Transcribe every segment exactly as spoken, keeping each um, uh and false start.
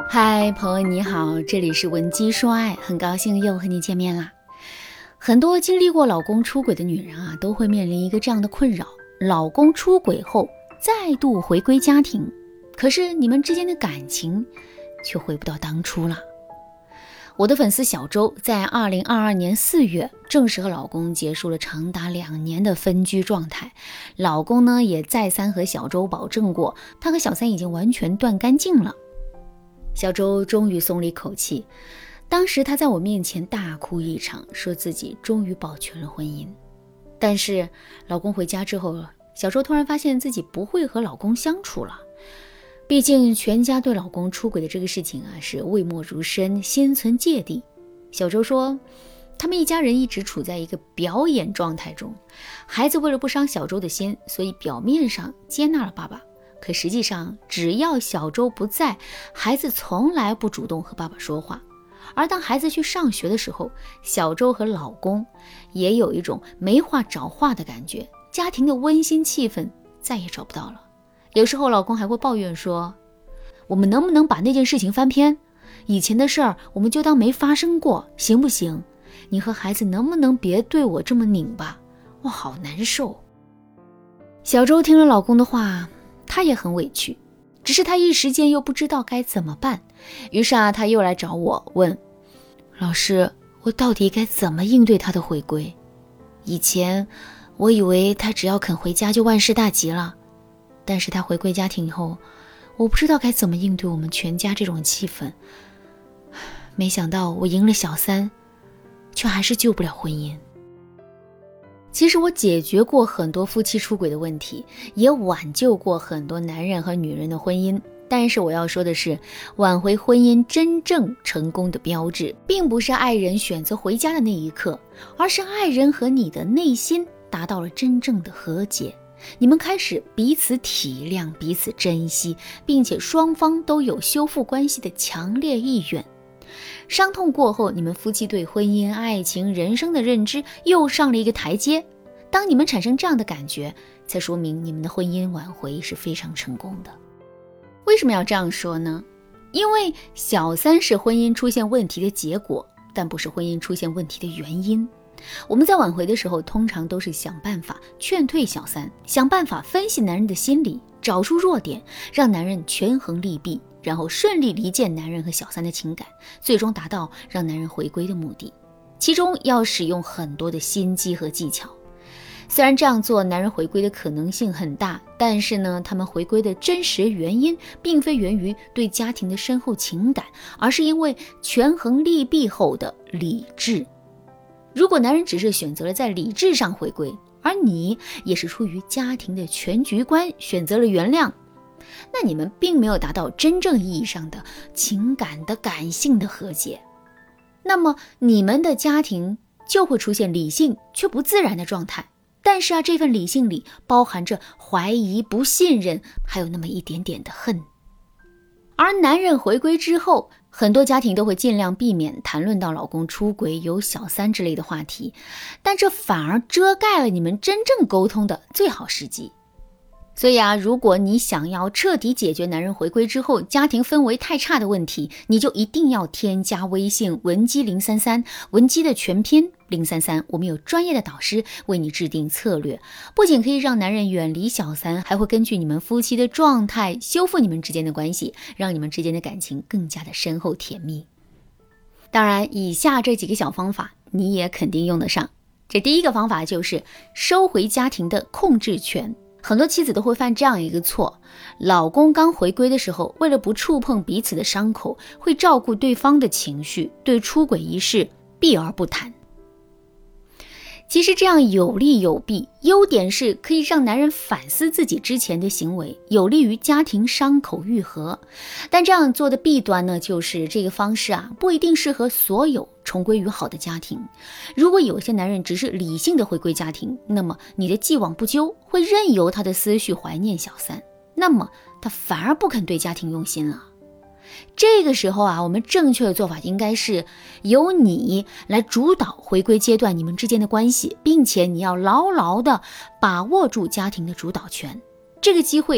嗨，朋友你好，这里是文姬说爱，很高兴又和你见面啦。很多经历过老公出轨的女人啊，都会面临一个这样的困扰：老公出轨后再度回归家庭，可是你们之间的感情却回不到当初了。我的粉丝小周在二零二二年四月正式和老公结束了长达两年的分居状态，老公呢也再三和小周保证过，他和小三已经完全断干净了。小周终于松了一口气，当时她在我面前大哭一场，说自己终于保全了婚姻。但是老公回家之后，小周突然发现自己不会和老公相处了。毕竟全家对老公出轨的这个事情啊是讳莫如深，心存芥蒂。小周说，他们一家人一直处在一个表演状态中，孩子为了不伤小周的心，所以表面上接纳了爸爸，可实际上只要小周不在，孩子从来不主动和爸爸说话。而当孩子去上学的时候，小周和老公也有一种没话找话的感觉，家庭的温馨气氛再也找不到了。有时候老公还会抱怨说，我们能不能把那件事情翻篇，以前的事儿我们就当没发生过，行不行？你和孩子能不能别对我这么拧巴，我好难受。小周听了老公的话，她也很委屈，只是她一时间又不知道该怎么办。于是啊，她又来找我问，老师，我到底该怎么应对他的回归？以前我以为他只要肯回家就万事大吉了，但是他回归家庭以后，我不知道该怎么应对我们全家这种气氛。没想到我赢了小三，却还是救不了婚姻。其实我解决过很多夫妻出轨的问题，也挽救过很多男人和女人的婚姻，但是我要说的是，挽回婚姻真正成功的标志，并不是爱人选择回家的那一刻，而是爱人和你的内心达到了真正的和解，你们开始彼此体谅，彼此珍惜，并且双方都有修复关系的强烈意愿。伤痛过后，你们夫妻对婚姻、爱情、人生的认知又上了一个台阶。当你们产生这样的感觉，才说明你们的婚姻挽回是非常成功的。为什么要这样说呢？因为小三是婚姻出现问题的结果，但不是婚姻出现问题的原因。我们在挽回的时候，通常都是想办法劝退小三，想办法分析男人的心理，找出弱点，让男人权衡利弊，然后顺利离间男人和小三的情感，最终达到让男人回归的目的。其中要使用很多的心机和技巧。虽然这样做男人回归的可能性很大，但是呢，他们回归的真实原因并非源于对家庭的深厚情感，而是因为权衡利弊后的理智。如果男人只是选择了在理智上回归，而你也是出于家庭的全局观选择了原谅，那你们并没有达到真正意义上的情感的感性的和解，那么你们的家庭就会出现理性却不自然的状态。但是啊，这份理性里包含着怀疑、不信任，还有那么一点点的恨。而男人回归之后，很多家庭都会尽量避免谈论到老公出轨、有小三之类的话题，但这反而遮盖了你们真正沟通的最好时机。所以啊，如果你想要彻底解决男人回归之后家庭氛围太差的问题，你就一定要添加微信文姬零三三，文姬的全拼零三三，我们有专业的导师为你制定策略，不仅可以让男人远离小三，还会根据你们夫妻的状态修复你们之间的关系，让你们之间的感情更加的深厚甜蜜。当然，以下这几个小方法你也肯定用得上。这第一个方法就是收回家庭的控制权。很多妻子都会犯这样一个错，老公刚回归的时候，为了不触碰彼此的伤口，会照顾对方的情绪，对出轨一事避而不谈。其实这样有利有弊，优点是可以让男人反思自己之前的行为，有利于家庭伤口愈合。但这样做的弊端呢，就是这个方式啊，不一定适合所有重归于好的家庭。如果有些男人只是理性的回归家庭，那么你的既往不咎会任由他的思绪怀念小三，那么他反而不肯对家庭用心了。这个时候啊，我们正确的做法应该是由你来主导回归阶段你们之间的关系，并且你要牢牢的把握住家庭的主导权。这个机会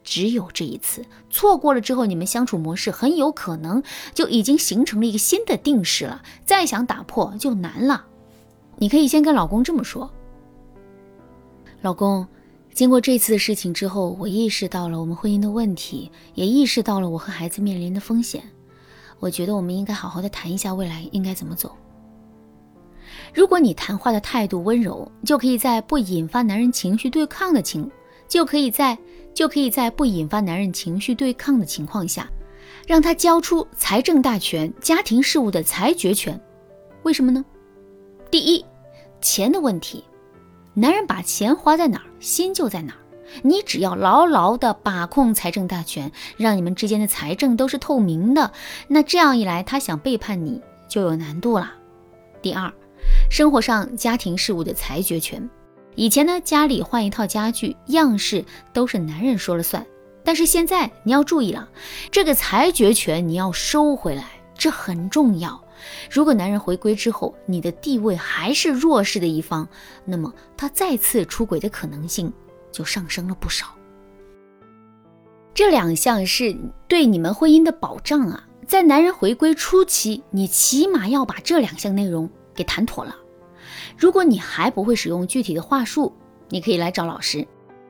只有这一次，错过了之后，你们相处模式很有可能就已经形成了一个新的定式了，再想打破就难了。你可以先跟老公这么说：老公，经过这次的事情之后，我意识到了我们婚姻的问题，也意识到了我和孩子面临的风险，我觉得我们应该好好的谈一下未来应该怎么走。如果你谈话的态度温柔，就可以在不引发男人情绪对抗的情就可以在就可以在不引发男人情绪对抗的情况下，让他交出财政大权、家庭事务的裁决权。为什么呢？第一，钱的问题，男人把钱花在哪儿，心就在哪儿。你只要牢牢地把控财政大权，让你们之间的财政都是透明的，那这样一来，他想背叛你就有难度了。第二，生活上家庭事务的裁决权。以前呢，家里换一套家具，样式都是男人说了算，但是现在你要注意了，这个裁决权你要收回来，这很重要。如果男人回归之后，你的地位还是弱势的一方，那么他再次出轨的可能性就上升了不少。这两项是对你们婚姻的保障啊，在男人回归初期，你起码要把这两项内容给谈妥了。如果你还不会使用具体的话术，你可以来找老师。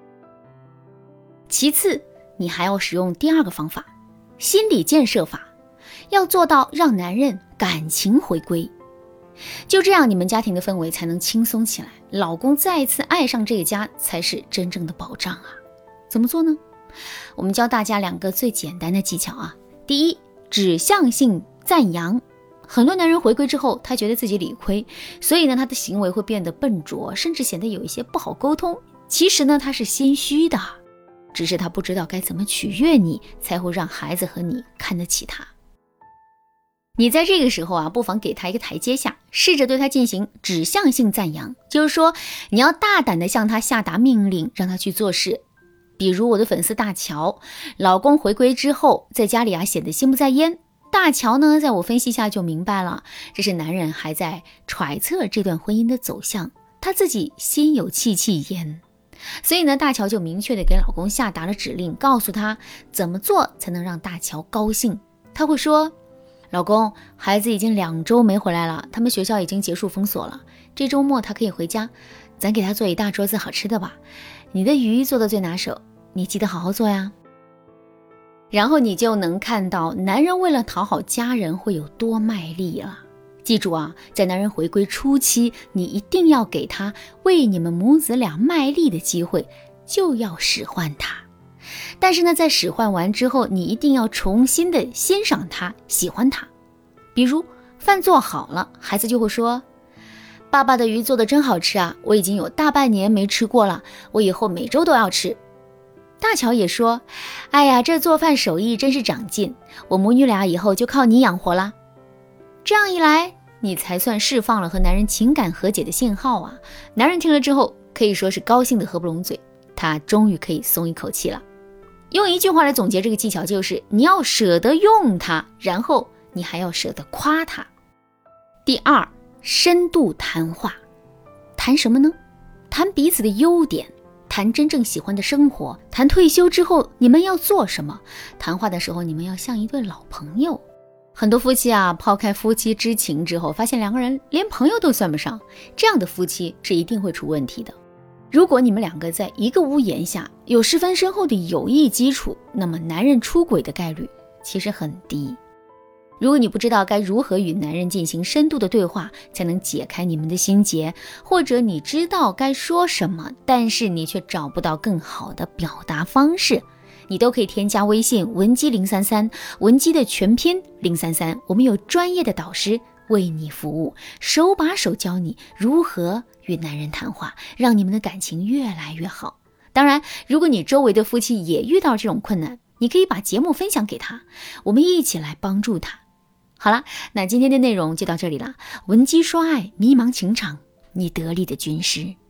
其次，你还要使用第二个方法，心理建设法，要做到让男人感情回归。就这样，你们家庭的氛围才能轻松起来，老公再一次爱上这个家才是真正的保障啊。怎么做呢？我们教大家两个最简单的技巧啊。第一，指向性赞扬。很多男人回归之后，他觉得自己理亏，所以呢，他的行为会变得笨拙，甚至显得有一些不好沟通。其实呢，他是心虚的，只是他不知道该怎么取悦你，才会让孩子和你看得起他。你在这个时候啊，不妨给他一个台阶下，试着对他进行指向性赞扬，就是说，你要大胆地向他下达命令，让他去做事。比如我的粉丝大乔，老公回归之后，在家里啊显得心不在焉。大乔呢，在我分析下就明白了，这是男人还在揣测这段婚姻的走向，他自己心有戚戚焉。所以呢，大乔就明确地给老公下达了指令，告诉他怎么做才能让大乔高兴。他会说，老公，孩子已经两周没回来了，他们学校已经结束封锁了，这周末他可以回家，咱给他做一大桌子好吃的吧，你的鱼做的最拿手，你记得好好做呀。然后你就能看到男人为了讨好家人会有多卖力了。记住啊，在男人回归初期，你一定要给他为你们母子俩卖力的机会，就要使唤他。但是呢，在使唤完之后，你一定要重新的欣赏他，喜欢他。比如饭做好了，孩子就会说，爸爸的鱼做的真好吃啊，我已经有大半年没吃过了，我以后每周都要吃。大乔也说，哎呀，这做饭手艺真是长进，我母女俩以后就靠你养活了。这样一来，你才算释放了和男人情感和解的信号啊。男人听了之后可以说是高兴的合不拢嘴，他终于可以松一口气了。用一句话来总结这个技巧，就是你要舍得用它，然后你还要舍得夸它。第二，深度谈话。谈什么呢？谈彼此的优点，谈真正喜欢的生活，谈退休之后你们要做什么。谈话的时候，你们要像一对老朋友。很多夫妻啊，抛开夫妻之情之后，发现两个人连朋友都算不上，这样的夫妻是一定会出问题的。如果你们两个在一个屋檐下，有十分深厚的友谊基础，那么男人出轨的概率其实很低。如果你不知道该如何与男人进行深度的对话，才能解开你们的心结，或者你知道该说什么，但是你却找不到更好的表达方式，你都可以添加微信文姬零三三，文姬的全拼零三三，我们有专业的导师为你服务，手把手教你如何与男人谈话，让你们的感情越来越好。当然，如果你周围的夫妻也遇到这种困难，你可以把节目分享给他，我们一起来帮助他。好了，那今天的内容就到这里了。文姬说爱，迷茫情场，你得力的军师。